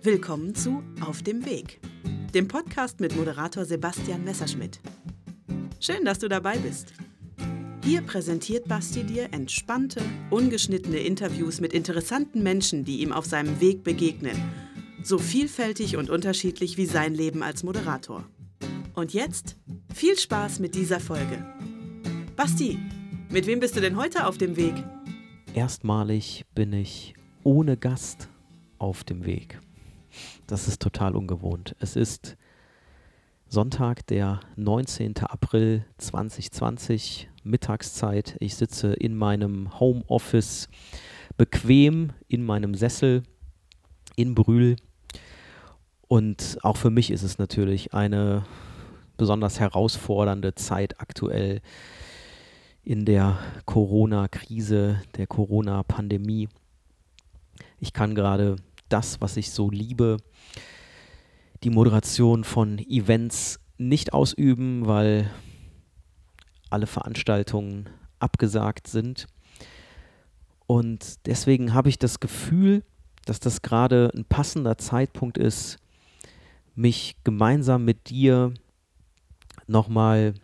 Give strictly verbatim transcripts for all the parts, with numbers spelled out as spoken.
Willkommen zu Auf dem Weg, dem Podcast mit Moderator Sebastian Messerschmidt. Schön, dass du dabei bist. Hier präsentiert Basti dir entspannte, ungeschnittene Interviews mit interessanten Menschen, die ihm auf seinem Weg begegnen. So vielfältig und unterschiedlich wie sein Leben als Moderator. Und jetzt viel Spaß mit dieser Folge. Basti, mit wem bist du denn heute auf dem Weg? Erstmalig bin ich ohne Gast auf dem Weg. Das ist total ungewohnt. Es ist Sonntag, der neunzehnten April zweitausendzwanzig, Mittagszeit. Ich sitze in meinem Homeoffice bequem in meinem Sessel in Brühl. Und auch für mich ist es natürlich eine besonders herausfordernde Zeit aktuell in der Corona-Krise, der Corona-Pandemie. Ich kann gerade das, was ich so liebe, die Moderation von Events nicht ausüben, weil alle Veranstaltungen abgesagt sind. Und deswegen habe ich das Gefühl, dass das gerade ein passender Zeitpunkt ist, mich gemeinsam mit dir nochmal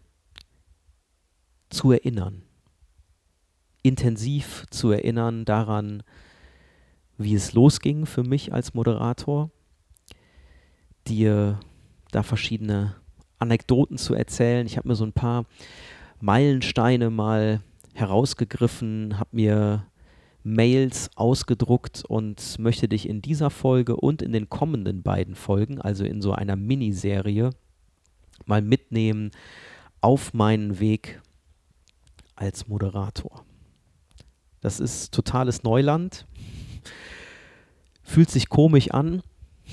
zu erinnern, intensiv zu erinnern daran, wie es losging für mich als Moderator, dir da verschiedene Anekdoten zu erzählen. Ich habe mir so ein paar Meilensteine mal herausgegriffen, habe mir Mails ausgedruckt und möchte dich in dieser Folge und in den kommenden beiden Folgen, also in so einer Miniserie, mal mitnehmen auf meinen Weg als Moderator. Das ist totales Neuland. Fühlt sich komisch an.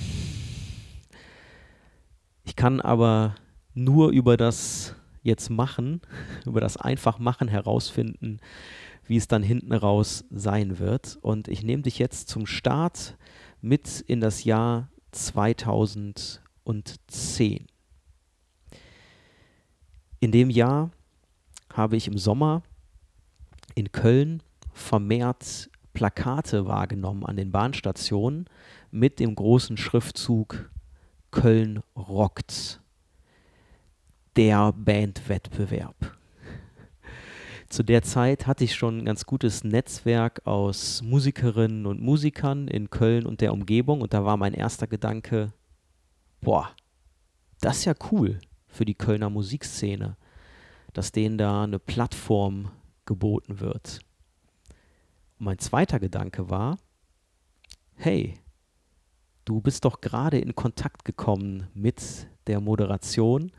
Ich kann aber nur über das jetzt machen, über das einfach machen herausfinden, wie es dann hinten raus sein wird. Und ich nehme dich jetzt zum Start mit in das Jahr zweitausendzehn. In dem Jahr habe ich im Sommer in Köln vermehrt Plakate wahrgenommen an den Bahnstationen mit dem großen Schriftzug Köln rockt, der Bandwettbewerb. Zu der Zeit hatte ich schon ein ganz gutes Netzwerk aus Musikerinnen und Musikern in Köln und der Umgebung und da war mein erster Gedanke, boah, das ist ja cool für die Kölner Musikszene, dass denen da eine Plattform geboten wird. Und mein zweiter Gedanke war, hey, du bist doch gerade in Kontakt gekommen mit der Moderation.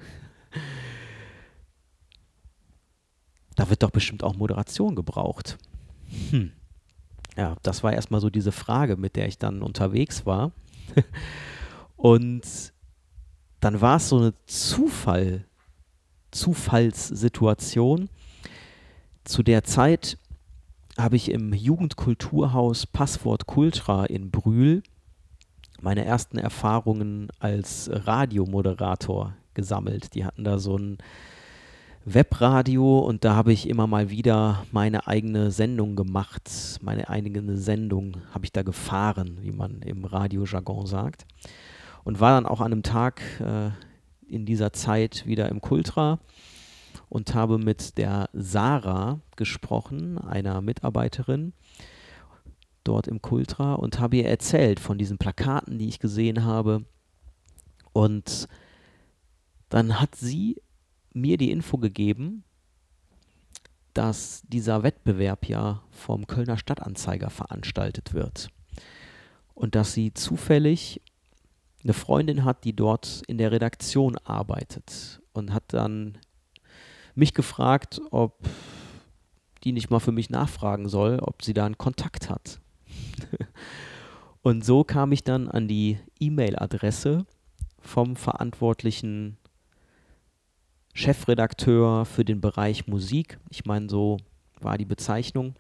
Da wird doch bestimmt auch Moderation gebraucht. Hm. Ja, das war erstmal so diese Frage, mit der ich dann unterwegs war. Und dann war es so eine Zufall, Zufallssituation. Zu der Zeit habe ich im Jugendkulturhaus Passwort Cultra in Brühl meine ersten Erfahrungen als Radiomoderator gesammelt. Die hatten da so ein Webradio und da habe ich immer mal wieder meine eigene Sendung gemacht. Meine eigene Sendung habe ich da gefahren, wie man im Radiojargon sagt. Und war dann auch an einem Tag äh, in dieser Zeit wieder im Cultra und habe mit der Sarah gesprochen, einer Mitarbeiterin dort im Cultra, und habe ihr erzählt von diesen Plakaten, die ich gesehen habe. Und dann hat sie mir die Info gegeben, dass dieser Wettbewerb ja vom Kölner Stadtanzeiger veranstaltet wird. Und dass sie zufällig eine Freundin hat, die dort in der Redaktion arbeitet, und hat dann mich gefragt, ob die nicht mal für mich nachfragen soll, ob sie da einen Kontakt hat. Und so kam ich dann an die E-Mail-Adresse vom verantwortlichen Chefredakteur für den Bereich Musik. Ich meine, so war die Bezeichnung.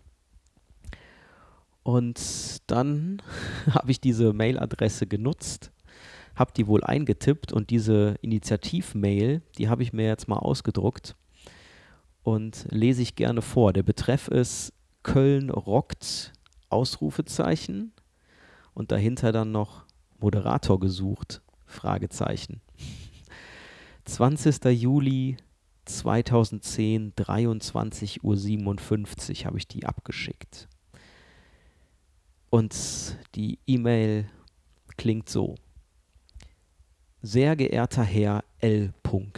Und dann habe ich diese Mailadresse genutzt, habe die wohl eingetippt und diese Initiativ-Mail, die habe ich mir jetzt mal ausgedruckt und lese ich gerne vor. Der Betreff ist Köln rockt, Ausrufezeichen, und dahinter dann noch Moderator gesucht? Fragezeichen. zwanzigster Juli zweitausendzehn, dreiundzwanzig Uhr siebenundfünfzig habe ich die abgeschickt. Und die E-Mail klingt so. Sehr geehrter Herr L.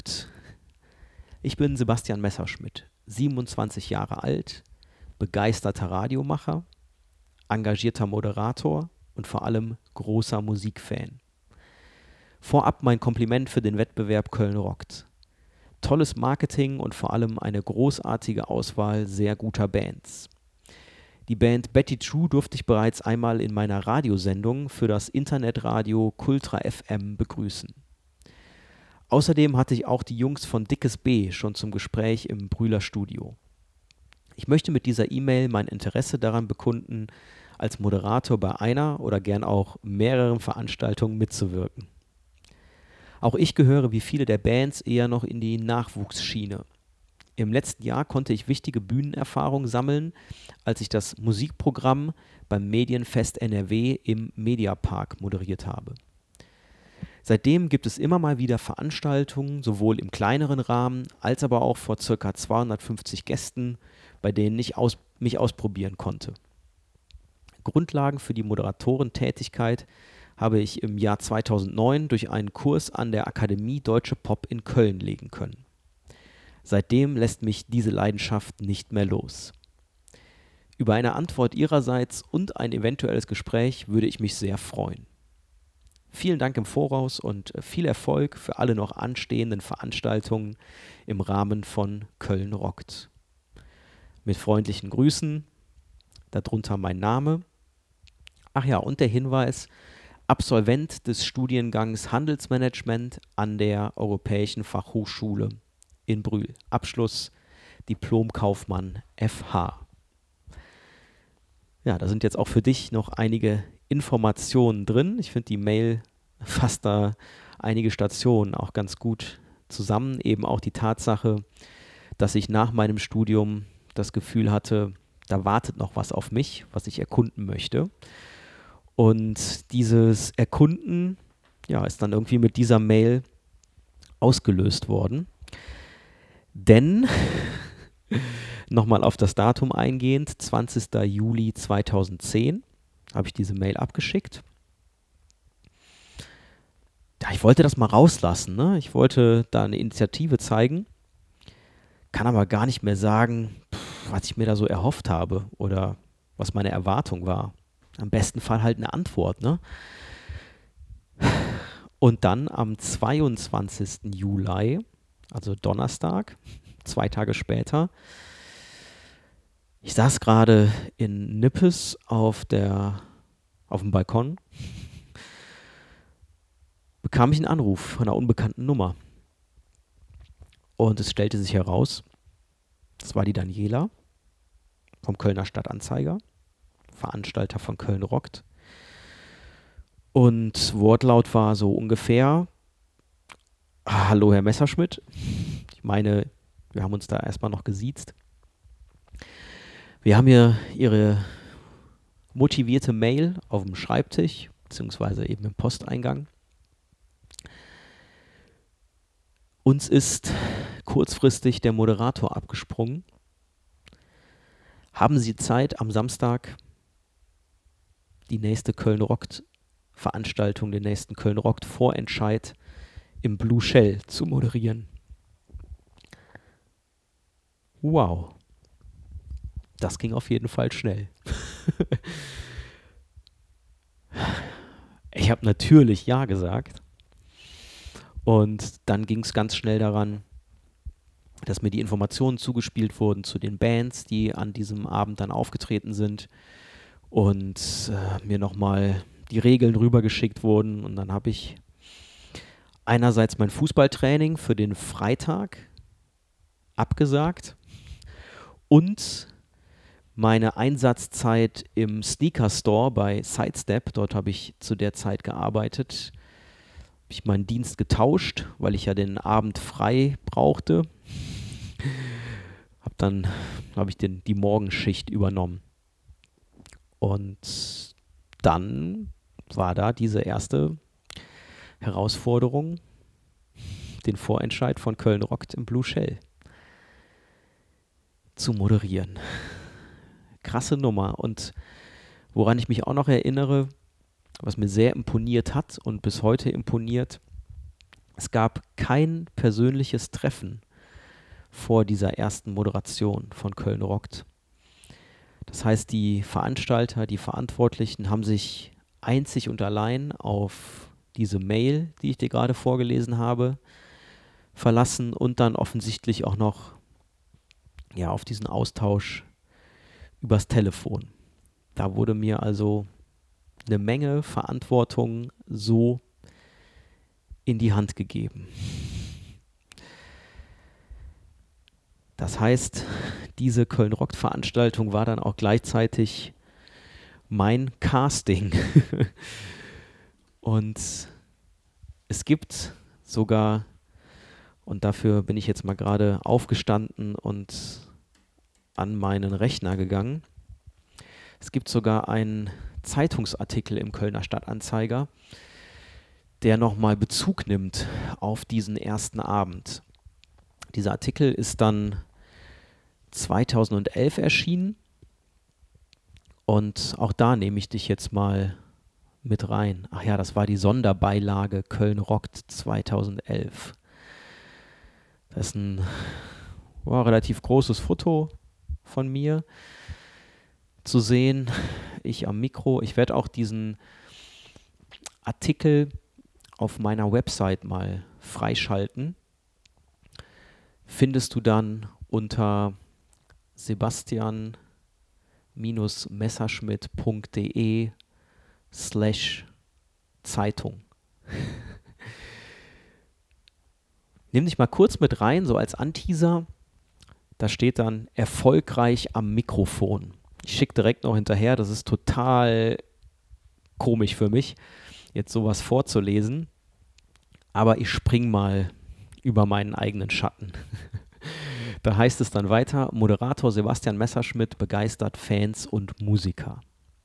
Ich bin Sebastian Messerschmidt, siebenundzwanzig Jahre alt, begeisterter Radiomacher, engagierter Moderator und vor allem großer Musikfan. Vorab mein Kompliment für den Wettbewerb Köln rockt. Tolles Marketing und vor allem eine großartige Auswahl sehr guter Bands. Die Band Betty True durfte ich bereits einmal in meiner Radiosendung für das Internetradio Kultra F M begrüßen. Außerdem hatte ich auch die Jungs von Dickes B schon zum Gespräch im Brühler Studio. Ich möchte mit dieser E-Mail mein Interesse daran bekunden, als Moderator bei einer oder gern auch mehreren Veranstaltungen mitzuwirken. Auch ich gehöre wie viele der Bands eher noch in die Nachwuchsschiene. Im letzten Jahr konnte ich wichtige Bühnenerfahrung sammeln, als ich das Musikprogramm beim Medienfest N R W im Mediapark moderiert habe. Seitdem gibt es immer mal wieder Veranstaltungen, sowohl im kleineren Rahmen als aber auch vor ca. zweihundertfünfzig Gästen, bei denen ich aus, mich ausprobieren konnte. Grundlagen für die Moderatorentätigkeit habe ich im Jahr zweitausendneun durch einen Kurs an der Akademie Deutsche Pop in Köln legen können. Seitdem lässt mich diese Leidenschaft nicht mehr los. Über eine Antwort Ihrerseits und ein eventuelles Gespräch würde ich mich sehr freuen. Vielen Dank im Voraus und viel Erfolg für alle noch anstehenden Veranstaltungen im Rahmen von Köln rockt. Mit freundlichen Grüßen, darunter mein Name. Ach ja, und der Hinweis, Absolvent des Studiengangs Handelsmanagement an der Europäischen Fachhochschule in Brühl. Abschluss Diplom-Kaufmann F H. Ja, da sind jetzt auch für dich noch einige Informationen drin. Ich finde, die Mail fasst da einige Stationen auch ganz gut zusammen. Eben auch die Tatsache, dass ich nach meinem Studium das Gefühl hatte, da wartet noch was auf mich, was ich erkunden möchte. Und dieses Erkunden, ja, ist dann irgendwie mit dieser Mail ausgelöst worden. Denn, nochmal auf das Datum eingehend, zwanzigster Juli zweitausendzehn habe ich diese Mail abgeschickt. Ja, ich wollte das mal rauslassen, ne? Ich wollte da eine Initiative zeigen, kann aber gar nicht mehr sagen, pff, was ich mir da so erhofft habe oder was meine Erwartung war. Am besten Fall halt eine Antwort, ne? Und dann am zweiundzwanzigsten Juli, also Donnerstag, zwei Tage später, ich saß gerade in Nippes auf der, auf dem Balkon, bekam ich einen Anruf von einer unbekannten Nummer. Und es stellte sich heraus, das war die Daniela vom Kölner Stadtanzeiger, Veranstalter von Köln rockt. Und Wortlaut war so ungefähr: Hallo Herr Messerschmidt. Ich meine, wir haben uns da erstmal noch gesiezt. Wir haben hier Ihre motivierte Mail auf dem Schreibtisch, beziehungsweise eben im Posteingang. Uns ist kurzfristig der Moderator abgesprungen. Haben Sie Zeit, am Samstag die nächste Köln rockt Veranstaltung, den nächsten Köln rockt Vorentscheid im Blue Shell zu moderieren? Wow. Das ging auf jeden Fall schnell. Ich habe natürlich Ja gesagt. Und dann ging es ganz schnell daran, dass mir die Informationen zugespielt wurden zu den Bands, die an diesem Abend dann aufgetreten sind. Und äh, mir nochmal die Regeln rübergeschickt wurden. Und dann habe ich einerseits mein Fußballtraining für den Freitag abgesagt und meine Einsatzzeit im Sneaker Store bei Sidestep, dort habe ich zu der Zeit gearbeitet, habe ich meinen Dienst getauscht, weil ich ja den Abend frei brauchte. Hab dann habe ich den, die Morgenschicht übernommen. Und dann war da diese erste Herausforderung, den Vorentscheid von Köln rockt im Blue Shell zu moderieren. Krasse Nummer. Und woran ich mich auch noch erinnere, was mir sehr imponiert hat und bis heute imponiert, es gab kein persönliches Treffen vor dieser ersten Moderation von Köln rockt. Das heißt, die Veranstalter, die Verantwortlichen haben sich einzig und allein auf diese Mail, die ich dir gerade vorgelesen habe, verlassen und dann offensichtlich auch noch ja, auf diesen Austausch übers Telefon. Da wurde mir also eine Menge Verantwortung so in die Hand gegeben. Das heißt, diese Köln-Rockt-Veranstaltung war dann auch gleichzeitig mein Casting. Und es gibt sogar, und dafür bin ich jetzt mal gerade aufgestanden und an meinen Rechner gegangen, es gibt sogar einen Zeitungsartikel im Kölner Stadtanzeiger, der nochmal Bezug nimmt auf diesen ersten Abend. Dieser Artikel ist dann zweitausendelf erschienen und auch da nehme ich dich jetzt mal mit rein. Ach ja, das war die Sonderbeilage Köln rockt zweitausendelf. Das ist ein wow, relativ großes Foto von mir zu sehen. Ich am Mikro. Ich werde auch diesen Artikel auf meiner Website mal freischalten. Findest du dann unter sebastian-messerschmidt.de slash Zeitung. Nimm dich mal kurz mit rein, so als Anteaser. Da steht dann erfolgreich am Mikrofon. Ich schicke direkt noch hinterher, das ist total komisch für mich, jetzt sowas vorzulesen. Aber ich spring mal über meinen eigenen Schatten. Da heißt es dann weiter, Moderator Sebastian Messerschmidt begeistert Fans und Musiker.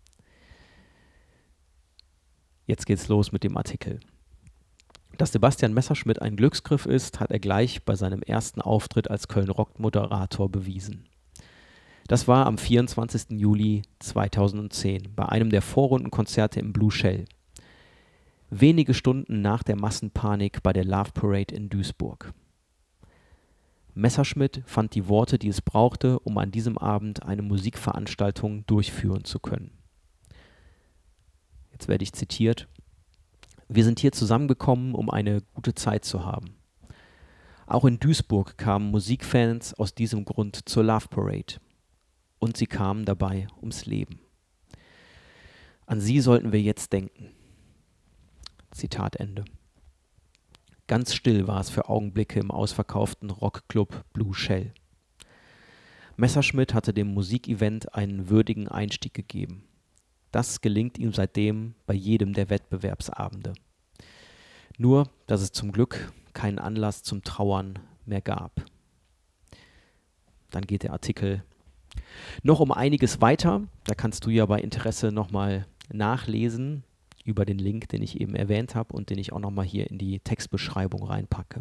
Jetzt geht's los mit dem Artikel. Dass Sebastian Messerschmidt ein Glücksgriff ist, hat er gleich bei seinem ersten Auftritt als Köln-Rockt-Moderator bewiesen. Das war am vierundzwanzigsten Juli zweitausendzehn bei einem der Vorrundenkonzerte im Blue Shell. Wenige Stunden nach der Massenpanik bei der Love Parade in Duisburg. Messerschmidt fand die Worte, die es brauchte, um an diesem Abend eine Musikveranstaltung durchführen zu können. Jetzt werde ich zitiert. Wir sind hier zusammengekommen, um eine gute Zeit zu haben. Auch in Duisburg kamen Musikfans aus diesem Grund zur Love Parade. Und sie kamen dabei ums Leben. An sie sollten wir jetzt denken. Zitat Ende. Ganz still war es für Augenblicke im ausverkauften Rockclub Blue Shell. Messerschmidt hatte dem Musikevent einen würdigen Einstieg gegeben. Das gelingt ihm seitdem bei jedem der Wettbewerbsabende. Nur, dass es zum Glück keinen Anlass zum Trauern mehr gab. Dann geht der Artikel noch um einiges weiter. Da kannst du ja bei Interesse nochmal nachlesen über den Link, den ich eben erwähnt habe und den ich auch nochmal hier in die Textbeschreibung reinpacke.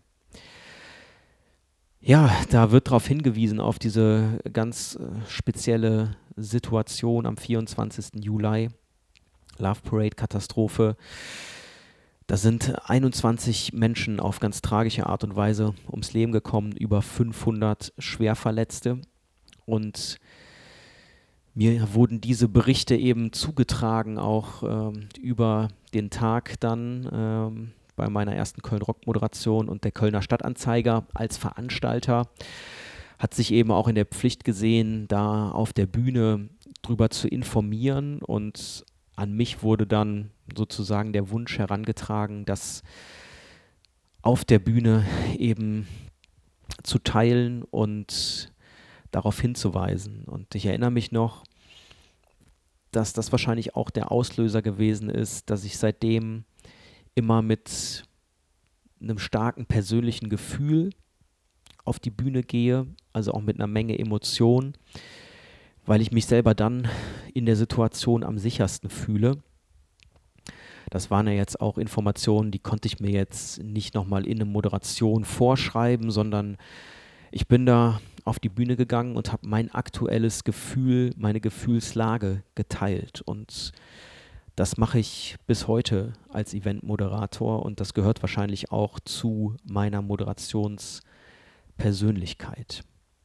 Ja, da wird darauf hingewiesen, auf diese ganz äh, spezielle Situation am vierundzwanzigsten Juli, Love Parade Katastrophe. Da sind einundzwanzig Menschen auf ganz tragische Art und Weise ums Leben gekommen, über fünfhundert Schwerverletzte. Und mir wurden diese Berichte eben zugetragen, auch ähm, über den Tag dann ähm, bei meiner ersten Köln-Rock-Moderation, und der Kölner Stadtanzeiger als Veranstalter hat sich eben auch in der Pflicht gesehen, da auf der Bühne drüber zu informieren, und an mich wurde dann sozusagen der Wunsch herangetragen, das auf der Bühne eben zu teilen und darauf hinzuweisen. Und ich erinnere mich noch, dass das wahrscheinlich auch der Auslöser gewesen ist, dass ich seitdem immer mit einem starken persönlichen Gefühl auf die Bühne gehe, also auch mit einer Menge Emotion, weil ich mich selber dann in der Situation am sichersten fühle. Das waren ja jetzt auch Informationen, die konnte ich mir jetzt nicht nochmal in eine Moderation vorschreiben, sondern ich bin da auf die Bühne gegangen und habe mein aktuelles Gefühl, meine Gefühlslage geteilt. Und das mache ich bis heute als Eventmoderator und das gehört wahrscheinlich auch zu meiner Moderationspersönlichkeit.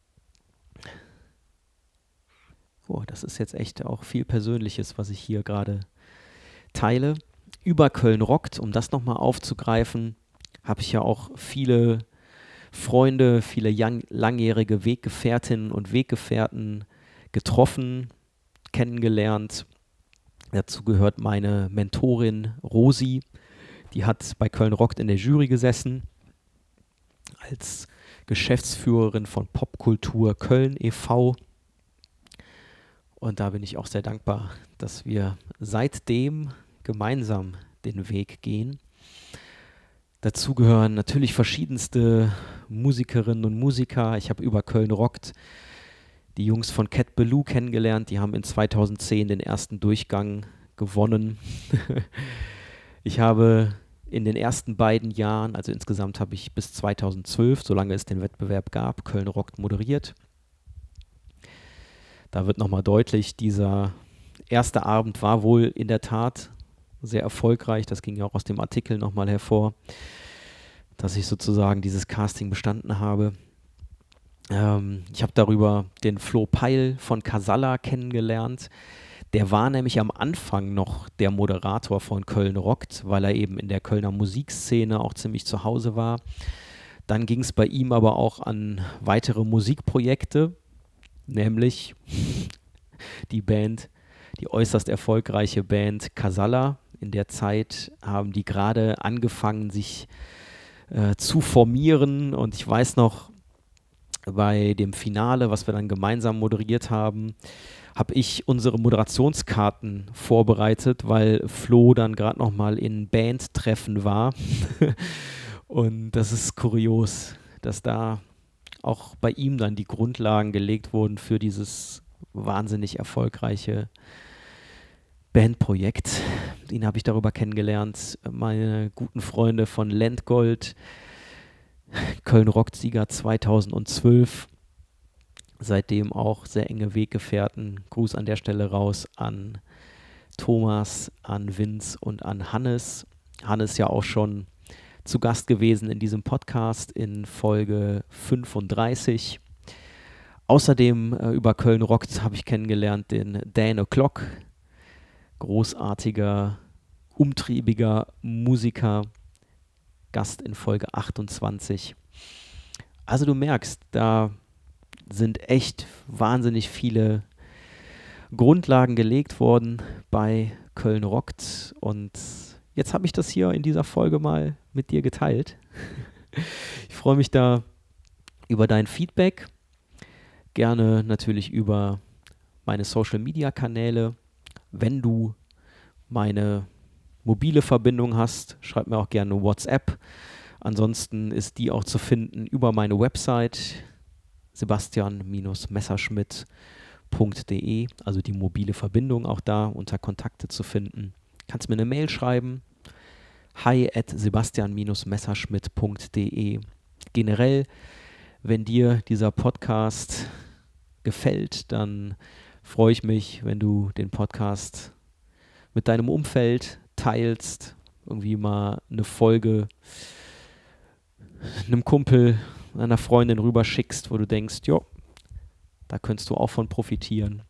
Oh, das ist jetzt echt auch viel Persönliches, was ich hier gerade teile. Über Köln rockt, um das nochmal aufzugreifen, habe ich ja auch viele Freunde, viele young, langjährige Weggefährtinnen und Weggefährten getroffen, kennengelernt. Dazu gehört meine Mentorin Rosi, die hat bei Köln rockt in der Jury gesessen, als Geschäftsführerin von Popkultur Köln e V. Und da bin ich auch sehr dankbar, dass wir seitdem gemeinsam den Weg gehen. Dazu gehören natürlich verschiedenste Musikerinnen und Musiker. Ich habe über Köln rockt die Jungs von Cat Ballou kennengelernt. Die haben in zweitausendzehn den ersten Durchgang gewonnen. Ich habe in den ersten beiden Jahren, also insgesamt habe ich bis zweitausendzwölf, solange es den Wettbewerb gab, Köln rockt moderiert. Da wird nochmal deutlich, dieser erste Abend war wohl in der Tat sehr erfolgreich. Das ging ja auch aus dem Artikel nochmal hervor, dass ich sozusagen dieses Casting bestanden habe. Ähm, ich habe darüber den Flo Peil von Casalla kennengelernt. Der war nämlich am Anfang noch der Moderator von Köln rockt, weil er eben in der Kölner Musikszene auch ziemlich zu Hause war. Dann ging es bei ihm aber auch an weitere Musikprojekte, nämlich die Band, die äußerst erfolgreiche Band Casalla. In der Zeit haben die gerade angefangen, sich äh, zu formieren. Und ich weiß noch, bei dem Finale, was wir dann gemeinsam moderiert haben, habe ich unsere Moderationskarten vorbereitet, weil Flo dann gerade noch mal in Bandtreffen war. Und das ist kurios, dass da auch bei ihm dann die Grundlagen gelegt wurden für dieses wahnsinnig erfolgreiche Bandprojekt. Den habe ich darüber kennengelernt. Meine guten Freunde von Landgold, Köln rockt-Sieger zweitausendzwölf, seitdem auch sehr enge Weggefährten. Gruß an der Stelle raus an Thomas, an Vince und an Hannes. Hannes ja auch schon zu Gast gewesen in diesem Podcast in Folge fünfunddreißig. Außerdem äh, über Köln rockt habe ich kennengelernt den Dan O'Clock, großartiger, umtriebiger Musiker, Gast in Folge achtundzwanzig. Also du merkst, da sind echt wahnsinnig viele Grundlagen gelegt worden bei Köln rockt und jetzt habe ich das hier in dieser Folge mal mit dir geteilt. Ich freue mich da über dein Feedback, gerne natürlich über meine Social-Media-Kanäle. Wenn du meine mobile Verbindung hast, schreib mir auch gerne WhatsApp. Ansonsten ist die auch zu finden über meine Website sebastian messerschmidt punkt de, also die mobile Verbindung auch da unter Kontakte zu finden. Kannst mir eine Mail schreiben, hi at sebastian messerschmidt punkt de. Generell, wenn dir dieser Podcast gefällt, dann freue ich mich, wenn du den Podcast mit deinem Umfeld teilst, irgendwie mal eine Folge einem Kumpel, einer Freundin rüberschickst, wo du denkst, jo, da könntest du auch von profitieren.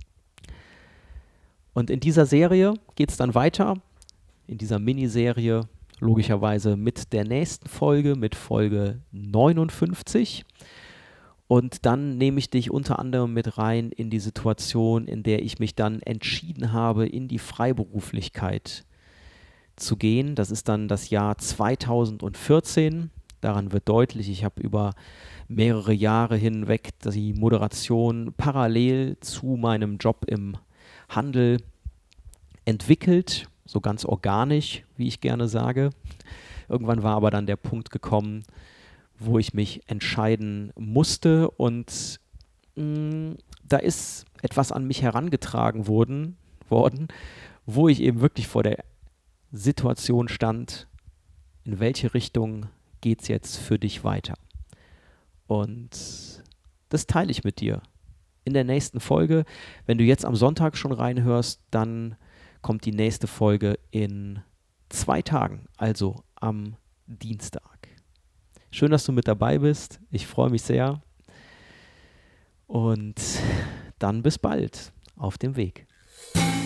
Und in dieser Serie geht es dann weiter, in dieser Miniserie, logischerweise mit der nächsten Folge, mit Folge neunundfünfzig. Und dann nehme ich dich unter anderem mit rein in die Situation, in der ich mich dann entschieden habe, in die Freiberuflichkeit zu gehen. Das ist dann das Jahr zweitausendvierzehn. Daran wird deutlich, ich habe über mehrere Jahre hinweg die Moderation parallel zu meinem Job im Handel entwickelt, so ganz organisch, wie ich gerne sage. Irgendwann war aber dann der Punkt gekommen, wo ich mich entscheiden musste und mh, da ist etwas an mich herangetragen worden, worden, wo ich eben wirklich vor der Situation stand, in welche Richtung geht es jetzt für dich weiter. Und das teile ich mit dir in der nächsten Folge. Wenn du jetzt am Sonntag schon reinhörst, dann kommt die nächste Folge in zwei Tagen, also am Dienstag. Schön, dass du mit dabei bist. Ich freue mich sehr. Und dann bis bald auf dem Weg.